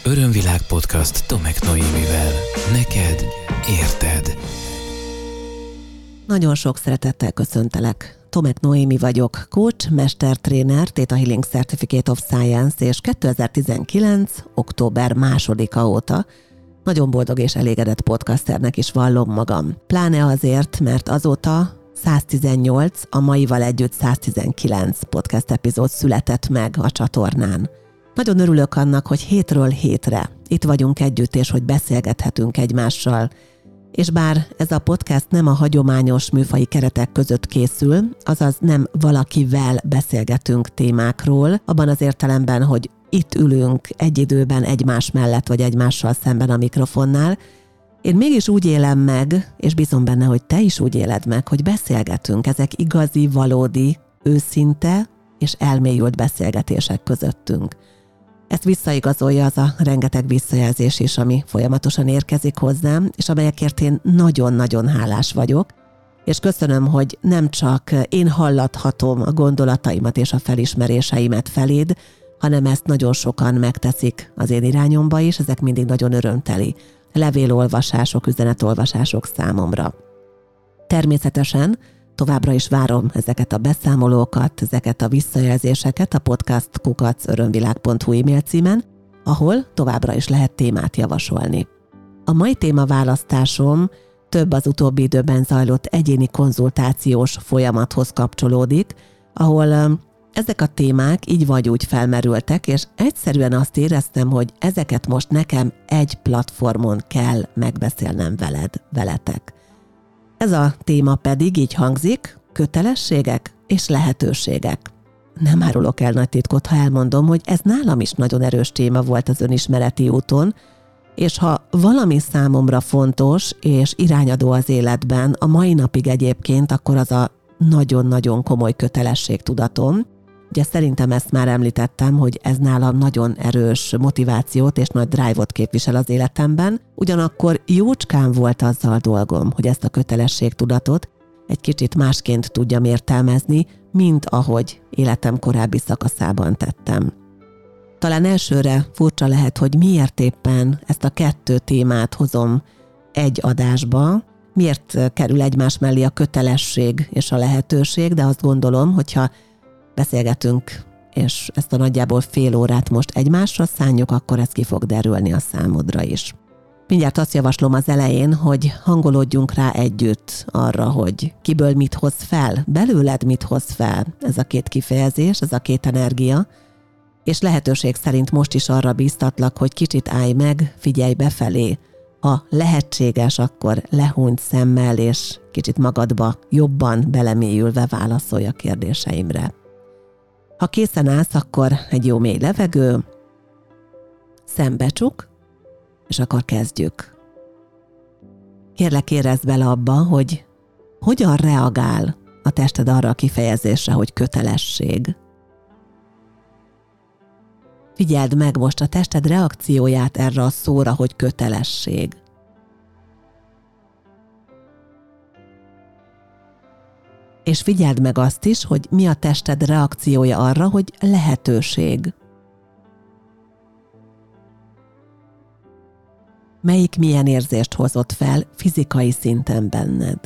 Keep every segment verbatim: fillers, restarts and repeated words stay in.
Örömvilág podcast Tomek Noémivel. Neked érted. Nagyon sok szeretettel köszöntelek. Tomek Noémi vagyok, coach, mestertréner, Theta Healing Certificate of Science, és kétezer-tizenkilenc. október másodika óta nagyon boldog és elégedett podcasternek is vallom magam. Pláne azért, mert azóta száztizennyolc, a maival együtt száztizenkilenc podcast epizód született meg a csatornán. Nagyon örülök annak, hogy hétről hétre itt vagyunk együtt, és hogy beszélgethetünk egymással. És bár ez a podcast nem a hagyományos műfaji keretek között készül, azaz nem valakivel beszélgetünk témákról, abban az értelemben, hogy itt ülünk egy időben egymás mellett, vagy egymással szemben a mikrofonnál, én mégis úgy élem meg, és bízom benne, hogy te is úgy éled meg, hogy beszélgetünk. Ezek igazi, valódi, őszinte és elmélyült beszélgetések közöttünk. Ezt visszaigazolja az a rengeteg visszajelzés is, ami folyamatosan érkezik hozzám, és amelyekért én nagyon-nagyon hálás vagyok, és köszönöm, hogy nem csak én hallathatom a gondolataimat és a felismeréseimet feléd, hanem ezt nagyon sokan megteszik az én irányomba is, ezek mindig nagyon örömteli levélolvasások, üzenetolvasások számomra. Természetesen továbbra is várom ezeket a beszámolókat, ezeket a visszajelzéseket a podcast kukac örömvilág pont hu e-mail címen, ahol továbbra is lehet témát javasolni. A mai témaválasztásom több az utóbbi időben zajlott egyéni konzultációs folyamathoz kapcsolódik, ahol ezek a témák így vagy úgy felmerültek, és egyszerűen azt éreztem, hogy ezeket most nekem egy platformon kell megbeszélnem veled, veletek. Ez a téma pedig így hangzik: kötelességek és lehetőségek. Nem árulok el nagy titkot, ha elmondom, hogy ez nálam is nagyon erős téma volt az önismereti úton, és ha valami számomra fontos és irányadó az életben, a mai napig egyébként, akkor az a nagyon-nagyon komoly kötelességtudatom. Ugye szerintem ezt már említettem, hogy ez nálam nagyon erős motivációt és nagy drive-ot képvisel az életemben, ugyanakkor jócskán volt azzal dolgom, hogy ezt a kötelességtudatot egy kicsit másként tudjam értelmezni, mint ahogy életem korábbi szakaszában tettem. Talán elsőre furcsa lehet, hogy miért éppen ezt a kettő témát hozom egy adásba, miért kerül egymás mellé a kötelesség és a lehetőség, de azt gondolom, hogyha beszélgetünk, és ezt a nagyjából fél órát most egymásra szánjuk, akkor ez ki fog derülni a számodra is. Mindjárt azt javaslom az elején, hogy hangolódjunk rá együtt arra, hogy kiből mit hoz fel, belőled mit hoz fel ez a két kifejezés, ez a két energia, és lehetőség szerint most is arra bíztatlak, hogy kicsit állj meg, figyelj befelé. Ha lehetséges, akkor lehúnyt szemmel, és kicsit magadba jobban belemélyülve válaszolj a kérdéseimre. Ha készen állsz, akkor egy jó mély levegő, szembecsuk, és akkor kezdjük. Kérlek, érezd bele abba, hogy hogyan reagál a tested arra a kifejezésre, hogy kötelesség. Figyeld meg most a tested reakcióját erre a szóra, hogy kötelesség. És figyeld meg azt is, hogy mi a tested reakciója arra, hogy lehetőség. Melyik milyen érzést hozott fel fizikai szinten benned?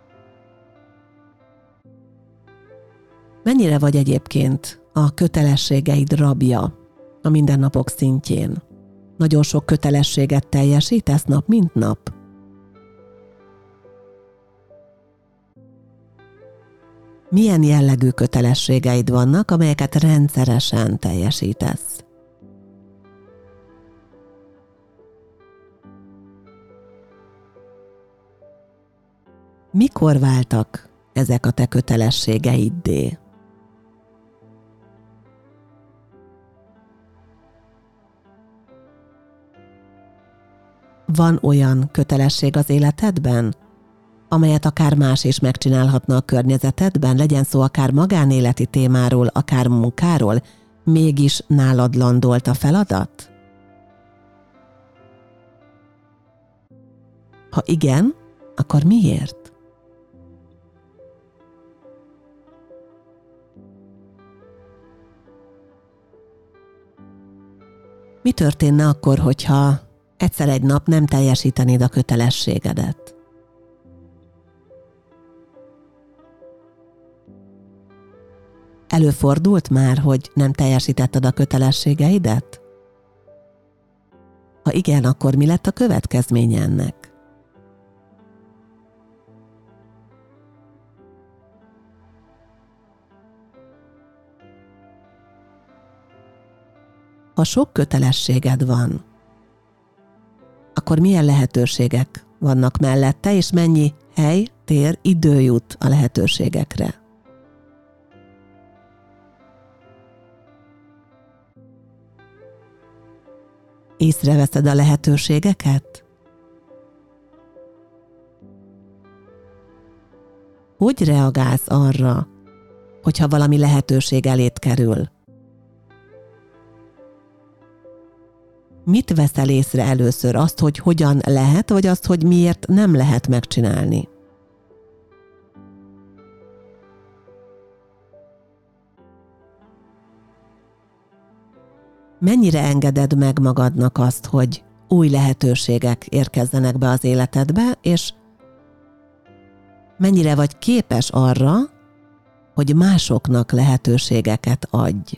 Mennyire vagy egyébként a kötelességeid rabja a mindennapok szintjén? Nagyon sok kötelességet teljesítesz nap, mint nap? Milyen jellegű kötelességeid vannak, amelyeket rendszeresen teljesítesz? Mikor váltak ezek a te kötelességeiddé? Van olyan kötelesség az életedben, amelyet akár más is megcsinálhatna a környezetedben, legyen szó akár magánéleti témáról, akár munkáról, mégis nálad landolt a feladat? Ha igen, akkor miért? Mi történne akkor, hogyha egyszer egy nap nem teljesítenéd a kötelességedet? Előfordult már, hogy nem teljesítetted a kötelességeidet? Ha igen, akkor mi lett a következménye ennek? Ha sok kötelességed van, akkor milyen lehetőségek vannak mellette, és mennyi hely, tér, idő jut a lehetőségekre? Észreveszed a lehetőségeket? Hogy reagálsz arra, hogyha valami lehetőség eléd kerül? Mit veszel észre először? Azt, hogy hogyan lehet, vagy azt, hogy miért nem lehet megcsinálni? Mennyire engeded meg magadnak azt, hogy új lehetőségek érkezzenek be az életedbe, és mennyire vagy képes arra, hogy másoknak lehetőségeket adj?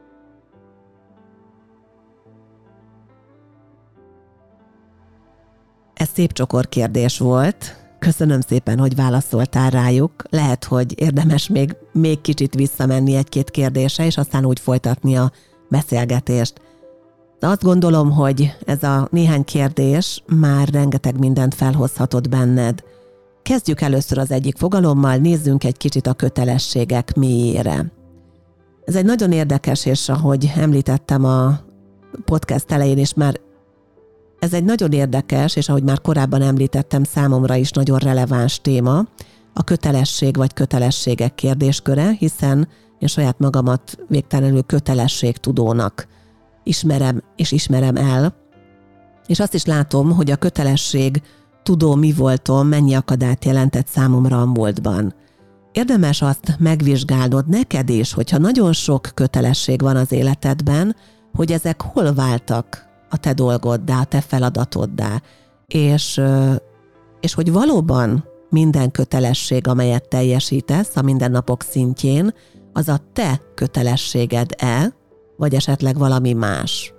Ez szép csokor kérdés volt. Köszönöm szépen, hogy válaszoltál rájuk. Lehet, hogy érdemes még, még kicsit visszamenni egy-két kérdésre, és aztán úgy folytatni a beszélgetést. De azt gondolom, hogy ez a néhány kérdés már rengeteg mindent felhozhatott benned. Kezdjük először az egyik fogalommal, nézzünk egy kicsit a kötelességek mélyére. Ez egy nagyon érdekes, és ahogy említettem a podcast elején is, már ez egy nagyon érdekes, és ahogy már korábban említettem, számomra is nagyon releváns téma, a kötelesség vagy kötelességek kérdésköre, hiszen én saját magamat végtelenül kötelességtudónak ismerem és ismerem el, és azt is látom, hogy a kötelesség tudó mi voltom, mennyi akadályt jelentett számomra a múltban. Érdemes azt megvizsgálnod neked is, hogyha nagyon sok kötelesség van az életedben, hogy ezek hol váltak a te dolgoddá, a te feladatoddá, és, és hogy valóban minden kötelesség, amelyet teljesítesz a mindennapok szintjén, az a te kötelességed-e, vagy esetleg valami más?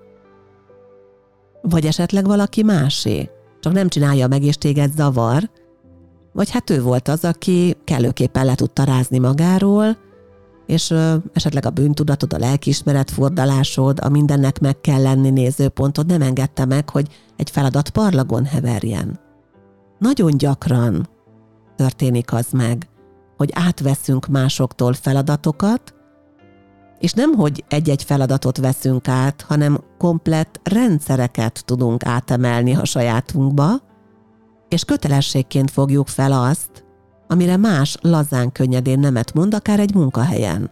Vagy esetleg valaki másé? Csak nem csinálja meg, és téged zavar? Vagy hát ő volt az, aki kellőképpen le tudta rázni magáról, és ö, esetleg a bűntudatod, a lelkiismeret fordulásod, a mindennek meg kell lenni nézőpontod nem engedte meg, hogy egy feladat parlagon heverjen. Nagyon gyakran történik az meg, hogy átveszünk másoktól feladatokat, és nem, hogy egy-egy feladatot veszünk át, hanem komplett rendszereket tudunk átemelni a sajátunkba, és kötelességként fogjuk fel azt, amire más lazán könnyedén nemet mond, akár egy munkahelyen.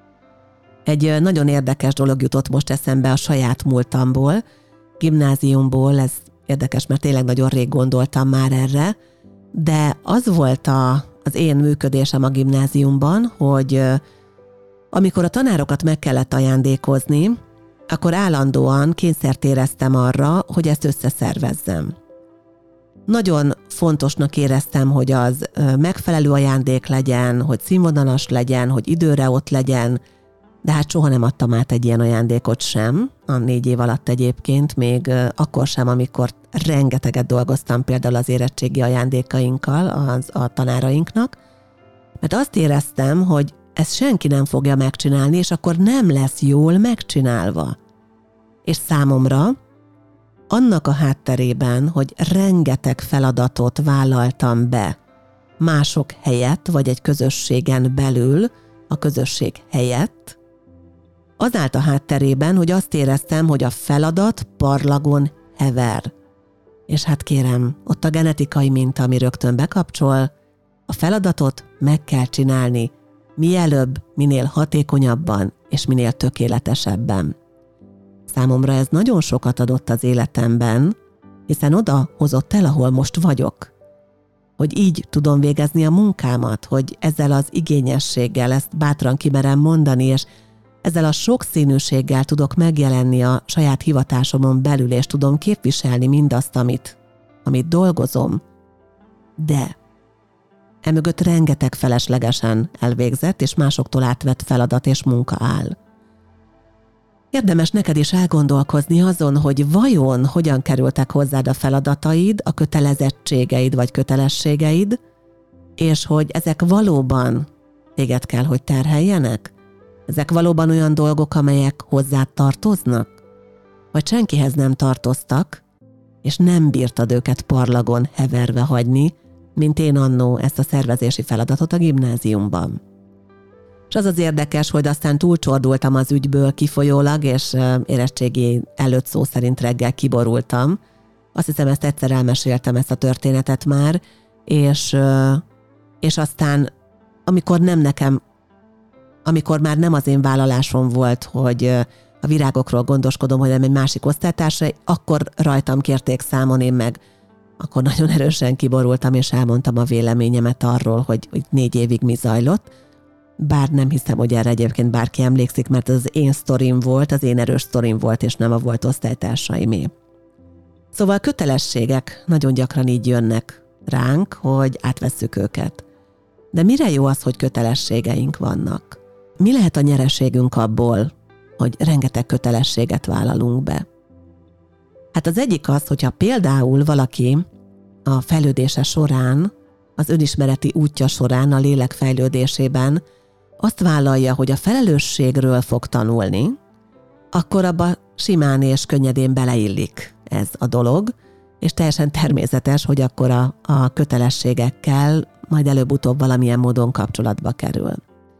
Egy nagyon érdekes dolog jutott most eszembe a saját múltamból, gimnáziumból, ez érdekes, mert tényleg nagyon rég gondoltam már erre, de az volt a, az én működésem a gimnáziumban, hogy amikor a tanárokat meg kellett ajándékozni, akkor állandóan kényszert éreztem arra, hogy ezt összeszervezzem. Nagyon fontosnak éreztem, hogy az megfelelő ajándék legyen, hogy színvonalas legyen, hogy időre ott legyen, de hát soha nem adtam át egy ilyen ajándékot sem, a négy év alatt egyébként, még akkor sem, amikor rengeteget dolgoztam például az érettségi ajándékainkkal, az, a tanárainknak, mert azt éreztem, hogy ezt senki nem fogja megcsinálni, és akkor nem lesz jól megcsinálva. És számomra annak a hátterében, hogy rengeteg feladatot vállaltam be mások helyett, vagy egy közösségen belül, a közösség helyett, az állt a hátterében, hogy azt éreztem, hogy a feladat parlagon hever. És hát kérem, ott a genetikai minta, ami rögtön bekapcsol, a feladatot meg kell csinálni, mielőbb, minél hatékonyabban és minél tökéletesebben. Számomra ez nagyon sokat adott az életemben, hiszen oda hozott el, ahol most vagyok. Hogy így tudom végezni a munkámat, hogy ezzel az igényességgel ezt bátran kimerem mondani, és ezzel a sokszínűséggel tudok megjelenni a saját hivatásomon belül, és tudom képviselni mindazt, amit, amit dolgozom. De emögött rengeteg feleslegesen elvégzett és másoktól átvett feladat és munka áll. Érdemes neked is elgondolkozni azon, hogy vajon hogyan kerültek hozzád a feladataid, a kötelezettségeid vagy kötelességeid, és hogy ezek valóban téged kell, hogy terheljenek? Ezek valóban olyan dolgok, amelyek hozzád tartoznak? Vagy senkihez nem tartoztak, és nem bírtad őket parlagon heverve hagyni, mint én annó ezt a szervezési feladatot a gimnáziumban. És az az érdekes, hogy aztán túlcsordultam az ügyből kifolyólag, és érettségi előtt szó szerint reggel kiborultam. Azt hiszem, ezt egyszer elmeséltem, ezt a történetet már, és, és aztán, amikor nem nekem, amikor már nem az én vállalásom volt, hogy a virágokról gondoskodom, hogy nem egy másik osztálytársai, akkor rajtam kérték számon, én meg akkor nagyon erősen kiborultam, és elmondtam a véleményemet arról, hogy, hogy négy évig mi zajlott. Bár nem hiszem, hogy erre egyébként bárki emlékszik, mert ez az én sztorim volt, az én erős sztorim volt, és nem a volt osztálytársaimé. Szóval kötelességek nagyon gyakran így jönnek ránk, hogy átvesszük őket. De mire jó az, hogy kötelességeink vannak? Mi lehet a nyereségünk abból, hogy rengeteg kötelességet vállalunk be? Hát az egyik az, hogyha például valaki a fejlődése során, az önismereti útja során, a lélek fejlődésében azt vállalja, hogy a felelősségről fog tanulni, akkor abba simán és könnyedén beleillik ez a dolog, és teljesen természetes, hogy akkor a, a kötelességekkel majd előbb-utóbb valamilyen módon kapcsolatba kerül.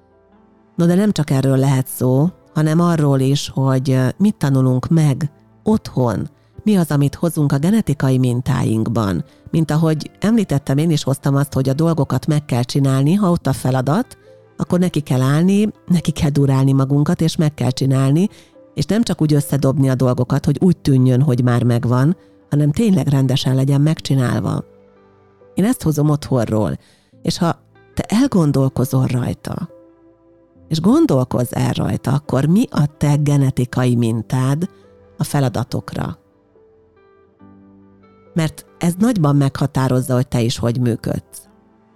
No, de nem csak erről lehet szó, hanem arról is, hogy mit tanulunk meg otthon, mi az, amit hozunk a genetikai mintáinkban. Mint ahogy említettem, én is hoztam azt, hogy a dolgokat meg kell csinálni, ha ott a feladat, akkor neki kell állni, neki kell durálni magunkat, és meg kell csinálni, és nem csak úgy összedobni a dolgokat, hogy úgy tűnjön, hogy már megvan, hanem tényleg rendesen legyen megcsinálva. Én ezt hozom otthonról, és ha te elgondolkozol rajta, és gondolkozz el rajta, akkor mi a te genetikai mintád a feladatokra? Mert ez nagyban meghatározza, hogy te is hogy működsz.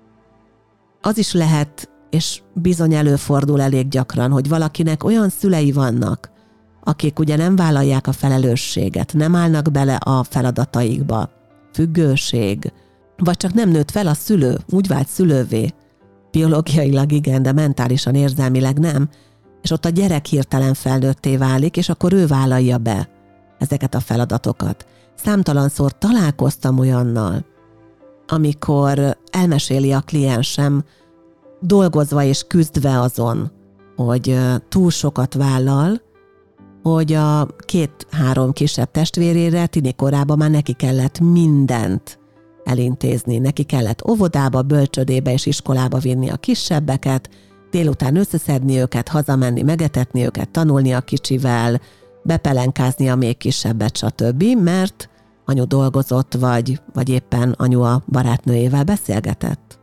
Az is lehet, és bizony előfordul elég gyakran, hogy valakinek olyan szülei vannak, akik ugye nem vállalják a felelősséget, nem állnak bele a feladataikba, függőség, vagy csak nem nőtt fel a szülő, úgy vált szülővé. Biológiailag igen, de mentálisan, érzelmileg nem, és ott a gyerek hirtelen felnőtté válik, és akkor ő vállalja be ezeket a feladatokat. Számtalanszor találkoztam olyannal, amikor elmeséli a kliensem, dolgozva és küzdve azon, hogy túl sokat vállal, hogy a két-három kisebb testvérére tini korában már neki kellett mindent elintézni. Neki kellett óvodába, bölcsödébe és iskolába vinni a kisebbeket, délután összeszedni őket, hazamenni, megetetni őket, tanulni a kicsivel, bepelenkázni a még kisebbet, stb., mert anyu dolgozott, vagy, vagy éppen anyu a barátnőjével beszélgetett.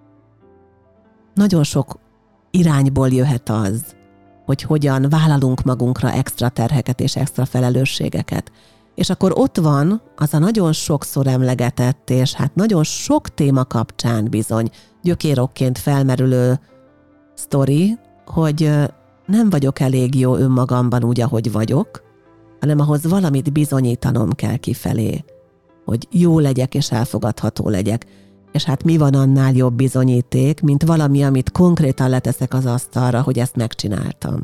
Nagyon sok irányból jöhet az, hogy hogyan vállalunk magunkra extra terheket és extra felelősségeket. És akkor ott van az a nagyon sokszor emlegetett, és hát nagyon sok téma kapcsán bizony gyökérokként felmerülő sztori, hogy nem vagyok elég jó önmagamban úgy, ahogy vagyok, hanem ahhoz valamit bizonyítanom kell kifelé, hogy jó legyek és elfogadható legyek. És hát mi van annál jobb bizonyíték, mint valami, amit konkrétan leteszek az asztalra, hogy ezt megcsináltam.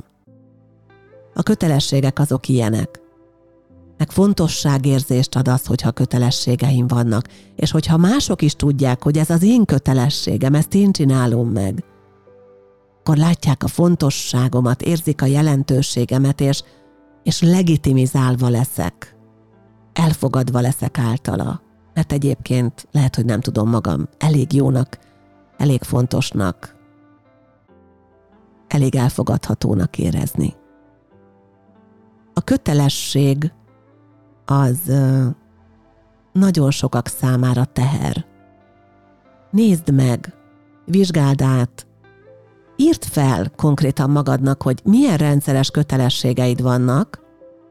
A kötelességek azok ilyenek. Meg fontosságérzést ad az, hogyha kötelességeim vannak, és hogyha mások is tudják, hogy ez az én kötelességem, ezt én csinálom meg, akkor látják a fontosságomat, érzik a jelentőségemet, és, és legitimizálva leszek, elfogadva leszek általa. Mert egyébként lehet, hogy nem tudom magam elég jónak, elég fontosnak, elég elfogadhatónak érezni. A kötelesség az nagyon sokak számára teher. Nézd meg, vizsgáld át, írd fel konkrétan magadnak, hogy milyen rendszeres kötelességeid vannak.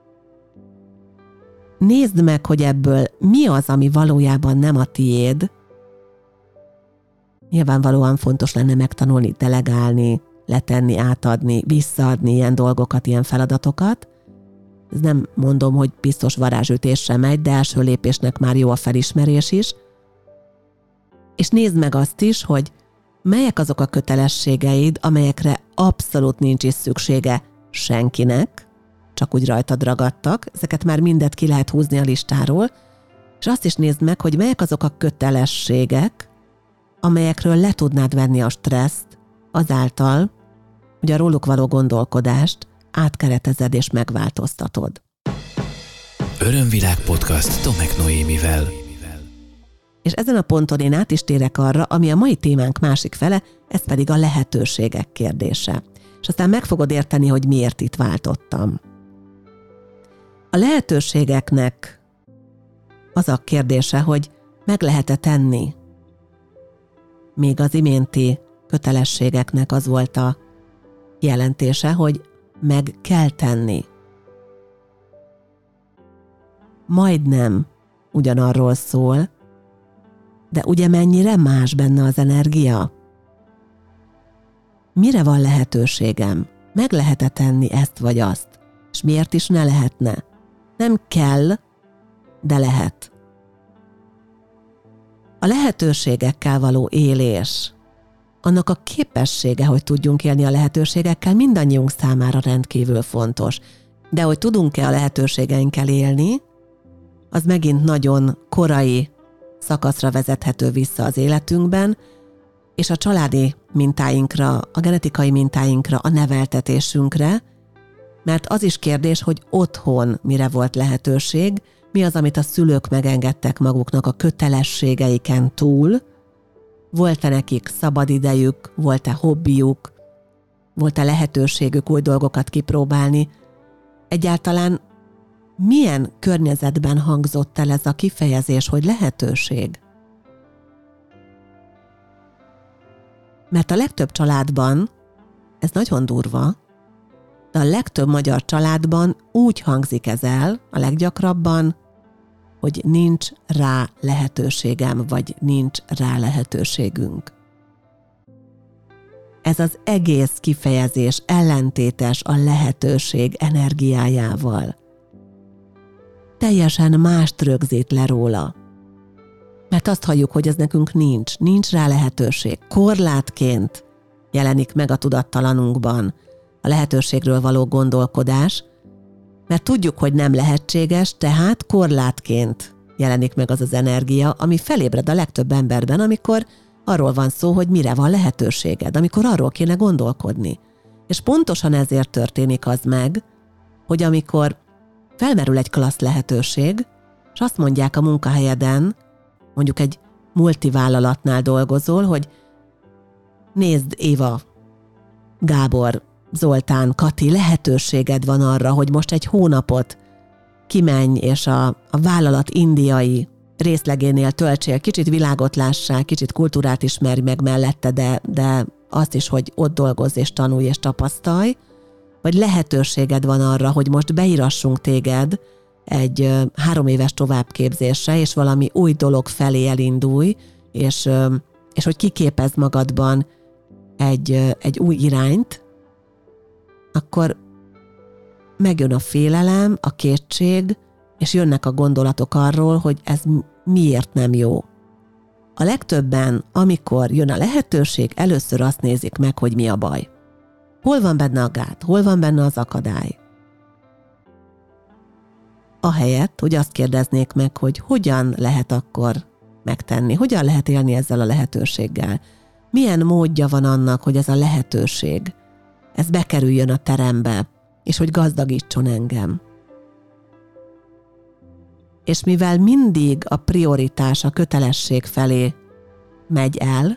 Nézd meg, hogy ebből mi az, ami valójában nem a tiéd. Nyilvánvalóan fontos lenne megtanulni delegálni, letenni, átadni, visszaadni ilyen dolgokat, ilyen feladatokat. Ez nem mondom, hogy biztos varázsütésre megy, de első lépésnek már jó a felismerés is. És nézd meg azt is, hogy melyek azok a kötelességeid, amelyekre abszolút nincs is szüksége senkinek, csak úgy rajtad ragadtak, ezeket már mindet ki lehet húzni a listáról, és azt is nézd meg, hogy melyek azok a kötelességek, amelyekről le tudnád venni a stresszt azáltal, hogy a róluk való gondolkodást átkeretezed és megváltoztatod. Örömvilág podcast Tomek Noémivel. És ezen a ponton én át is térek arra, ami a mai témánk másik fele, ez pedig a lehetőségek kérdése. És aztán meg fogod érteni, hogy miért itt váltottam. A lehetőségeknek az a kérdése, hogy meg lehet-e tenni. Még az iménti kötelességeknek az volt a jelentése, hogy meg kell tenni. Majdnem ugyanarról szól, de ugye mennyire más benne az energia? Mire van lehetőségem? Meg lehet-e tenni ezt vagy azt? És miért is ne lehetne? Nem kell, de lehet. A lehetőségekkel való élés, annak a képessége, hogy tudjunk élni a lehetőségekkel, mindannyiunk számára rendkívül fontos. De hogy tudunk-e a lehetőségeinkkel élni, az megint nagyon korai szakaszra vezethető vissza az életünkben, és a családi mintáinkra, a genetikai mintáinkra, a neveltetésünkre, mert az is kérdés, hogy otthon mire volt lehetőség, mi az, amit a szülők megengedtek maguknak a kötelességeiken túl, volt-e nekik szabadidejük, volt-e hobbijuk, volt-e lehetőségük új dolgokat kipróbálni, egyáltalán milyen környezetben hangzott el ez a kifejezés, hogy lehetőség? Mert a legtöbb családban, ez nagyon durva, de a legtöbb magyar családban úgy hangzik ez el, a leggyakrabban, hogy nincs rá lehetőségem, vagy nincs rá lehetőségünk. Ez az egész kifejezés ellentétes a lehetőség energiájával. Teljesen mást rögzít le róla. Mert azt halljuk, hogy ez nekünk nincs, nincs rá lehetőség. Korlátként jelenik meg a tudattalanunkban a lehetőségről való gondolkodás, mert tudjuk, hogy nem lehetséges, tehát korlátként jelenik meg az az energia, ami felébred a legtöbb emberben, amikor arról van szó, hogy mire van lehetőséged, amikor arról kéne gondolkodni. És pontosan ezért történik az meg, hogy amikor felmerül egy klassz lehetőség, és azt mondják a munkahelyeden, mondjuk egy multivállalatnál dolgozol, hogy nézd, Éva, Gábor, Zoltán, Kati, lehetőséged van arra, hogy most egy hónapot kimenj, és a, a vállalat indiai részlegénél töltsél, kicsit világot lássál, kicsit kultúrát ismerj meg mellette, de, de azt is, hogy ott dolgozz és tanulj és tapasztalj, vagy lehetőséged van arra, hogy most beírassunk téged egy ö, három éves továbbképzésre, és valami új dolog felé elindulj, és, ö, és hogy kiképezd magadban egy, ö, egy új irányt, akkor megjön a félelem, a kétség, és jönnek a gondolatok arról, hogy ez miért nem jó. A legtöbben, amikor jön a lehetőség, először azt nézik meg, hogy mi a baj. Hol van benne a gát, hol van benne az akadály. Ahelyett, hogy azt kérdeznék meg, hogy hogyan lehet akkor megtenni, hogyan lehet élni ezzel a lehetőséggel. Milyen módja van annak, hogy ez a lehetőség, ez bekerüljön a terembe, és hogy gazdagítson engem. És mivel mindig a prioritás a kötelesség felé megy el,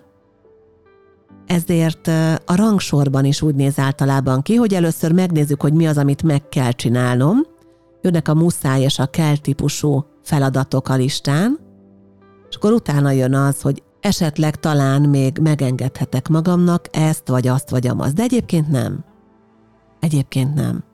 ezért a rangsorban is úgy néz általában ki, hogy először megnézzük, hogy mi az, amit meg kell csinálnom, jönnek a muszáj és a kell típusú feladatok a listán, és akkor utána jön az, hogy esetleg talán még megengedhetek magamnak ezt, vagy azt, vagy amazt, de egyébként nem. Egyébként nem.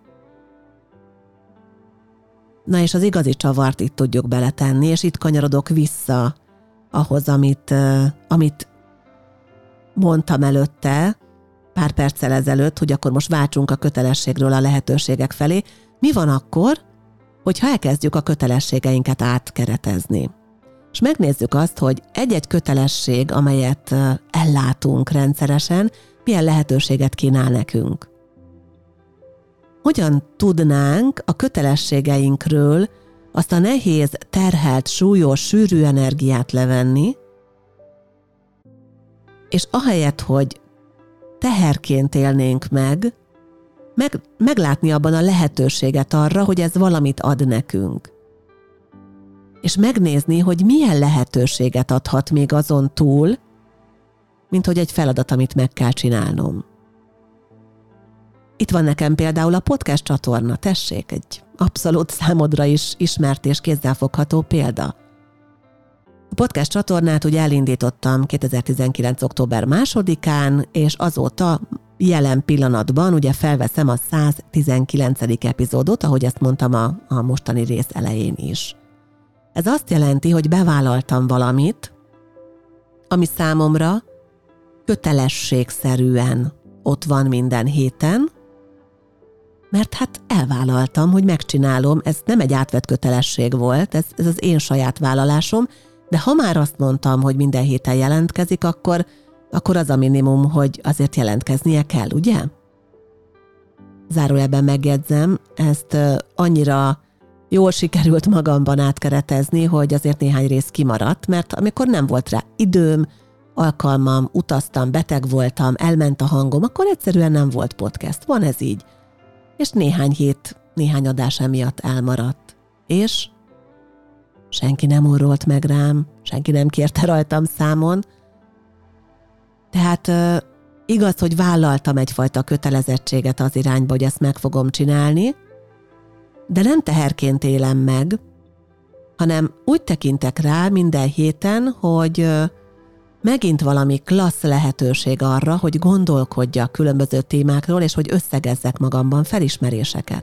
Na és az igazi csavart itt tudjuk beletenni, és itt kanyarodok vissza ahhoz, amit, amit mondtam előtte, pár perccel ezelőtt, hogy akkor most váltsunk a kötelességről a lehetőségek felé. Mi van akkor, hogyha elkezdjük a kötelességeinket átkeretezni? És megnézzük azt, hogy egy-egy kötelesség, amelyet ellátunk rendszeresen, milyen lehetőséget kínál nekünk. Hogyan tudnánk a kötelességeinkről azt a nehéz, terhelt, súlyos, sűrű energiát levenni, és ahelyett, hogy teherként élnénk meg, meg, meglátni abban a lehetőséget arra, hogy ez valamit ad nekünk. És megnézni, hogy milyen lehetőséget adhat még azon túl, mint hogy egy feladat, amit meg kell csinálnom. Itt van nekem például a podcast csatorna, tessék, egy abszolút számodra is ismert és kézzelfogható példa. A podcast csatornát ugye elindítottam kétezer-tizenkilenc. október másodikán, és azóta jelen pillanatban ugye felveszem a száz tizenkilencedik epizódot, ahogy ezt mondtam a, a mostani rész elején is. Ez azt jelenti, hogy bevállaltam valamit, ami számomra kötelességszerűen ott van minden héten, mert hát elvállaltam, hogy megcsinálom, ez nem egy átvett kötelesség volt, ez, ez az én saját vállalásom, de ha már azt mondtam, hogy minden héten jelentkezik, akkor, akkor az a minimum, hogy azért jelentkeznie kell, ugye? Zárójelben megjegyzem, ezt annyira jól sikerült magamban átkeretezni, hogy azért néhány rész kimaradt, mert amikor nem volt rá időm, alkalmam, utaztam, beteg voltam, elment a hangom, akkor egyszerűen nem volt podcast. Van ez így. És néhány hét, néhány adás emiatt elmaradt. És senki nem orrolt meg rám, senki nem kérte rajtam számon. Tehát igaz, hogy vállaltam egyfajta kötelezettséget az irányba, hogy ezt meg fogom csinálni, de nem teherként élem meg, hanem úgy tekintek rá minden héten, hogy megint valami klassz lehetőség arra, hogy gondolkodjak különböző témákról, és hogy összegezzek magamban felismeréseket.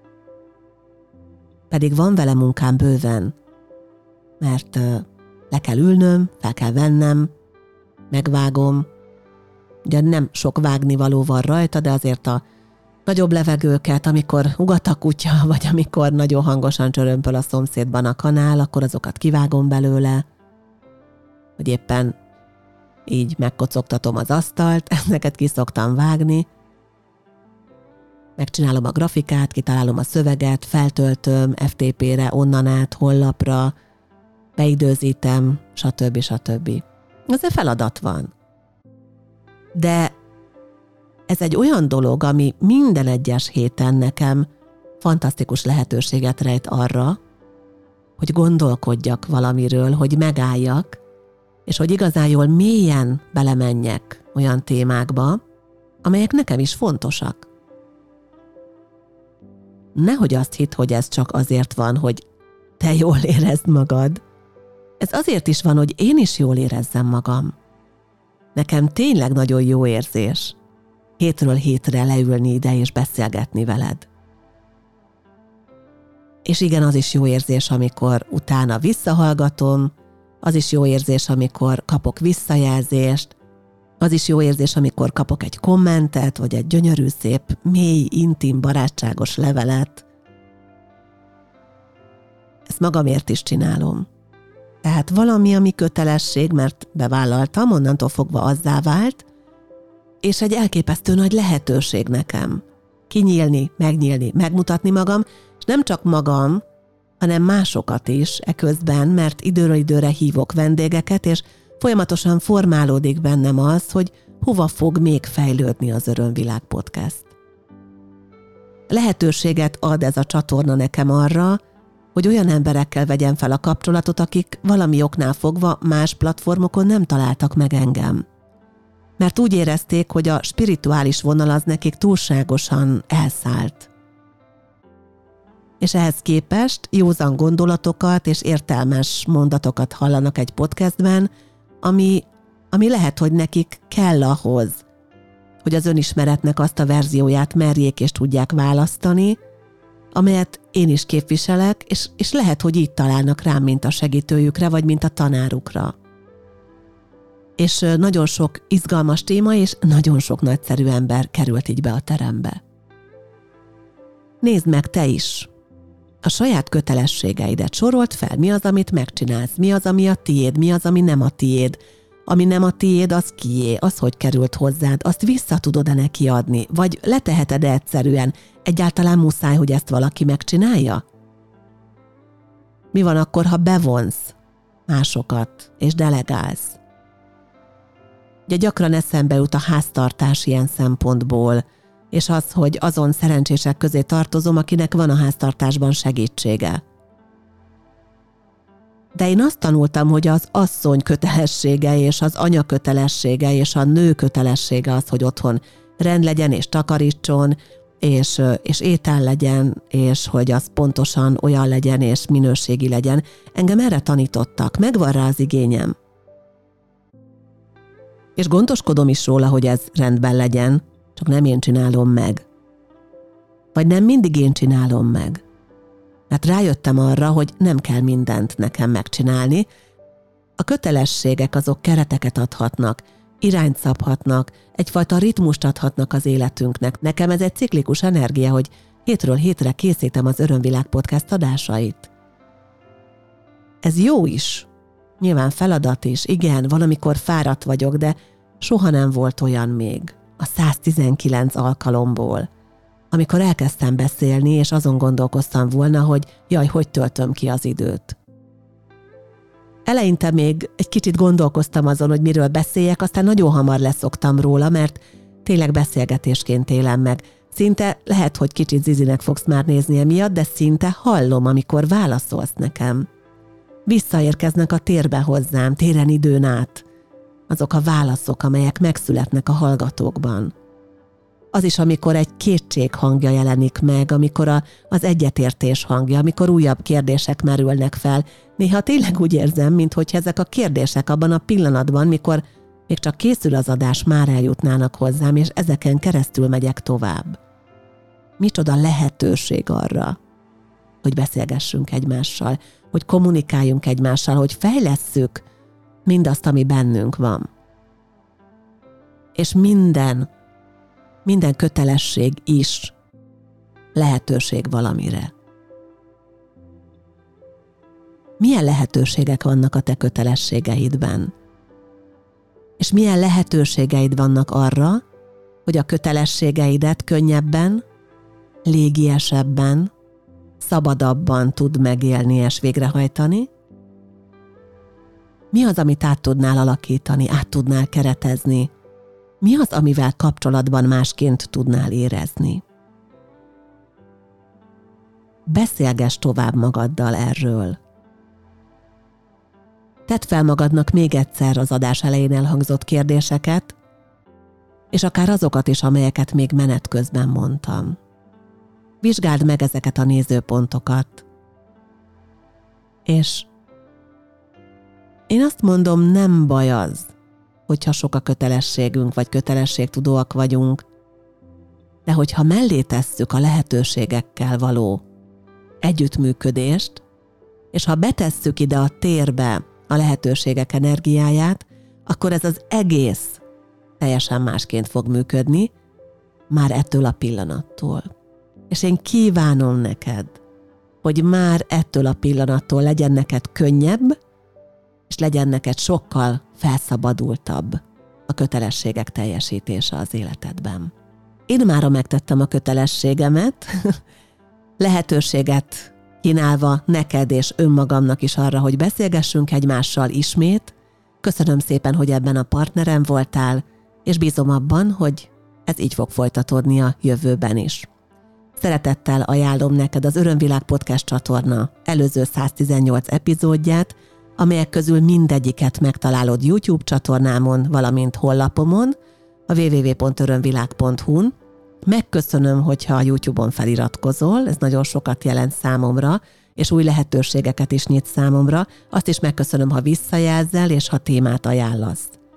Pedig van vele munkám bőven, mert le kell ülnöm, fel kell vennem, megvágom. Ugye nem sok vágnivaló van rajta, de azért a nagyobb levegőket, amikor ugat a kutya, vagy amikor nagyon hangosan csörömpöl a szomszédban a kanál, akkor azokat kivágom belőle, hogy éppen így megkocogtatom az asztalt, ezeket ki szoktam vágni, megcsinálom a grafikát, kitalálom a szöveget, feltöltöm ef té pére, onnan át, honlapra, beidőzítem, stb. stb. Ez egy feladat van. De ez egy olyan dolog, ami minden egyes héten nekem fantasztikus lehetőséget rejt arra, hogy gondolkodjak valamiről, hogy megálljak, és hogy igazán jól mélyen belemenjek olyan témákba, amelyek nekem is fontosak. Nehogy azt hidd, hogy ez csak azért van, hogy te jól érezd magad. Ez azért is van, hogy én is jól érezzem magam. Nekem tényleg nagyon jó érzés hétről hétre leülni ide és beszélgetni veled. És igen, az is jó érzés, amikor utána visszahallgatom, az is jó érzés, amikor kapok visszajelzést, az is jó érzés, amikor kapok egy kommentet, vagy egy gyönyörű, szép, mély, intim, barátságos levelet. Ezt magamért is csinálom. Tehát valami, ami kötelesség, mert bevállaltam, onnantól fogva azzá vált, és egy elképesztő nagy lehetőség nekem. Kinyílni, megnyílni, megmutatni magam, és nem csak magam, hanem másokat is eközben, mert időről időre hívok vendégeket, és folyamatosan formálódik bennem az, hogy hova fog még fejlődni az Örömvilág podcast. Lehetőséget ad ez a csatorna nekem arra, hogy olyan emberekkel vegyem fel a kapcsolatot, akik valami oknál fogva más platformokon nem találtak meg engem. Mert úgy érezték, hogy a spirituális vonal az nekik túlságosan elszállt. És ehhez képest józan gondolatokat és értelmes mondatokat hallanak egy podcastben, ami ami lehet, hogy nekik kell ahhoz, hogy az önismeretnek azt a verzióját merjék és tudják választani, amelyet én is képviselek, és, és lehet, hogy így találnak rám, mint a segítőjükre, vagy mint a tanárukra. És nagyon sok izgalmas téma, és nagyon sok nagyszerű ember került így be a terembe. Nézd meg te is! A saját kötelességeidet sorolt fel, mi az, amit megcsinálsz, mi az, ami a tiéd, mi az, ami nem a tiéd. Ami nem a tiéd, az kié, az hogy került hozzád, azt vissza tudod-e neki adni, vagy leteheted-e egyszerűen, egyáltalán muszáj, hogy ezt valaki megcsinálja? Mi van akkor, ha bevonsz másokat, és delegálsz? Ugye gyakran eszembe jut a háztartás ilyen szempontból, és az, hogy azon szerencsések közé tartozom, akinek van a háztartásban segítsége. De én azt tanultam, hogy az asszony kötelessége, és az anya kötelessége, és a nő kötelessége az, hogy otthon rend legyen, és takarítson, és, és étel legyen, és hogy az pontosan olyan legyen, és minőségi legyen. Engem erre tanítottak, megvan rá az igényem. És gondoskodom is róla, hogy ez rendben legyen, csak nem én csinálom meg. Vagy nem mindig én csinálom meg. Hát rájöttem arra, hogy nem kell mindent nekem megcsinálni. A kötelességek azok kereteket adhatnak, irányt szabhatnak, egyfajta ritmust adhatnak az életünknek. Nekem ez egy ciklikus energia, hogy hétről hétre készítem az Örömvilág podcast adásait. Ez jó is. Nyilván feladat is, igen, van, amikor fáradt vagyok, de soha nem volt olyan még a száztizenkilenc alkalomból, amikor elkezdtem beszélni, és azon gondolkoztam volna, hogy jaj, hogy töltöm ki az időt. Eleinte még egy kicsit gondolkoztam azon, hogy miről beszéljek, aztán nagyon hamar leszoktam róla, mert tényleg beszélgetésként élem meg. Szinte lehet, hogy kicsit zizinek fogsz már nézni emiatt, de szinte hallom, amikor válaszolsz nekem. Visszaérkeznek a térbe hozzám, téren időn át. Azok a válaszok, amelyek megszületnek a hallgatókban. Az is, amikor egy kétség hangja jelenik meg, amikor a, az egyetértés hangja, amikor újabb kérdések merülnek fel. Néha tényleg úgy érzem, minthogy ezek a kérdések abban a pillanatban, mikor még csak készül az adás, már eljutnának hozzám, és ezeken keresztül megyek tovább. Micsoda lehetőség arra, hogy beszélgessünk egymással, hogy kommunikáljunk egymással, hogy fejlesszük mindazt, ami bennünk van. És minden, minden kötelesség is lehetőség valamire. Milyen lehetőségek vannak a te kötelességeidben? És milyen lehetőségeid vannak arra, hogy a kötelességeidet könnyebben, légiesebben, szabadabban tud megélni és végrehajtani? Mi az, amit át tudnál alakítani, át tudnál keretezni? Mi az, amivel kapcsolatban másként tudnál érezni? Beszélgess tovább magaddal erről. Tedd fel magadnak még egyszer az adás elején elhangzott kérdéseket, és akár azokat is, amelyeket még menet közben mondtam. Vizsgáld meg ezeket a nézőpontokat. És én azt mondom, nem baj az, hogyha sok a kötelességünk, vagy kötelességtudóak vagyunk, de hogyha mellé tesszük a lehetőségekkel való együttműködést, és ha betesszük ide a térbe a lehetőségek energiáját, akkor ez az egész teljesen másként fog működni, már ettől a pillanattól. És én kívánom neked, hogy már ettől a pillanattól legyen neked könnyebb, és legyen neked sokkal felszabadultabb a kötelességek teljesítése az életedben. Én mára megtettem a kötelességemet, lehetőséget kínálva neked és önmagamnak is arra, hogy beszélgessünk egymással ismét. Köszönöm szépen, hogy ebben a partnerem voltál, és bízom abban, hogy ez így fog folytatódni a jövőben is. Szeretettel ajánlom neked az Örömvilág podcast csatorna előző száztizennyolc epizódját, amelyek közül mindegyiket megtalálod YouTube csatornámon, valamint honlapomon, a double-u double-u double-u pont örömvilág pont hu-n. Megköszönöm, hogyha a YouTube-on feliratkozol, ez nagyon sokat jelent számomra, és új lehetőségeket is nyit számomra. Azt is megköszönöm, ha visszajelzel, és ha témát ajánlasz.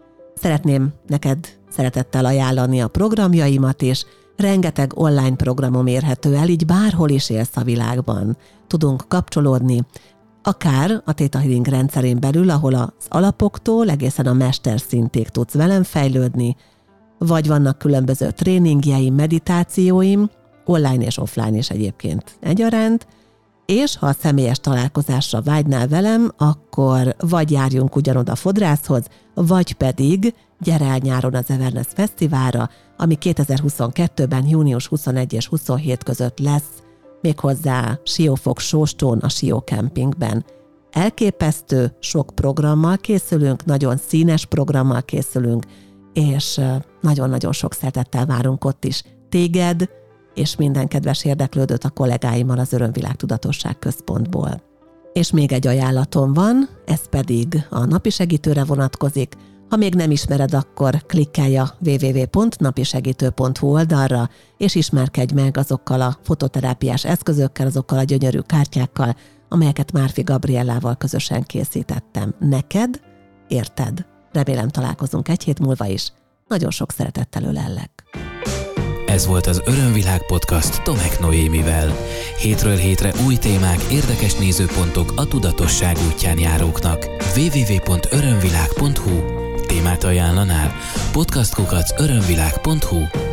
Szeretném neked szeretettel ajánlani a programjaimat, és rengeteg online programom érhető el, így bárhol is élsz a világban. Tudunk kapcsolódni, akár a Theta Healing rendszerén belül, ahol az alapoktól egészen a mesterszintig tudsz velem fejlődni, vagy vannak különböző tréningjeim, meditációim, online és offline is egyébként egyaránt, és ha a személyes találkozásra vágynál velem, akkor vagy járjunk ugyanoda a fodrászhoz, vagy pedig gyere el nyáron az Everness Fesztiválra, ami kétezer-huszonkettőben június huszonegy és huszonhét között lesz, méghozzá Siófok Sóstón a Sió Campingben. Elképesztő sok programmal készülünk, nagyon színes programmal készülünk, és nagyon-nagyon sok szeretettel várunk ott is téged, és minden kedves érdeklődőt a kollégáimmal az Örömvilág Tudatosság Központból. És még egy ajánlatom van, ez pedig a napi segítőre vonatkozik. Ha még nem ismered, akkor klikkelj a double-u double-u double-u pont napisegítő pont hu oldalra, és ismerkedj meg azokkal a fototerápiás eszközökkel, azokkal a gyönyörű kártyákkal, amelyeket Márfi Gabriellával közösen készítettem. Neked, érted? Remélem találkozunk egy hét múlva is. Nagyon sok szeretettel ölellek. Ez volt az Örömvilág Podcast Tomek Noémivel. Hétről hétre új témák, érdekes nézőpontok a tudatosság útján járóknak. double-u double-u double-u pont örömvilág pont hu Témát ajánlanál? podcast kukac örömvilág pont hu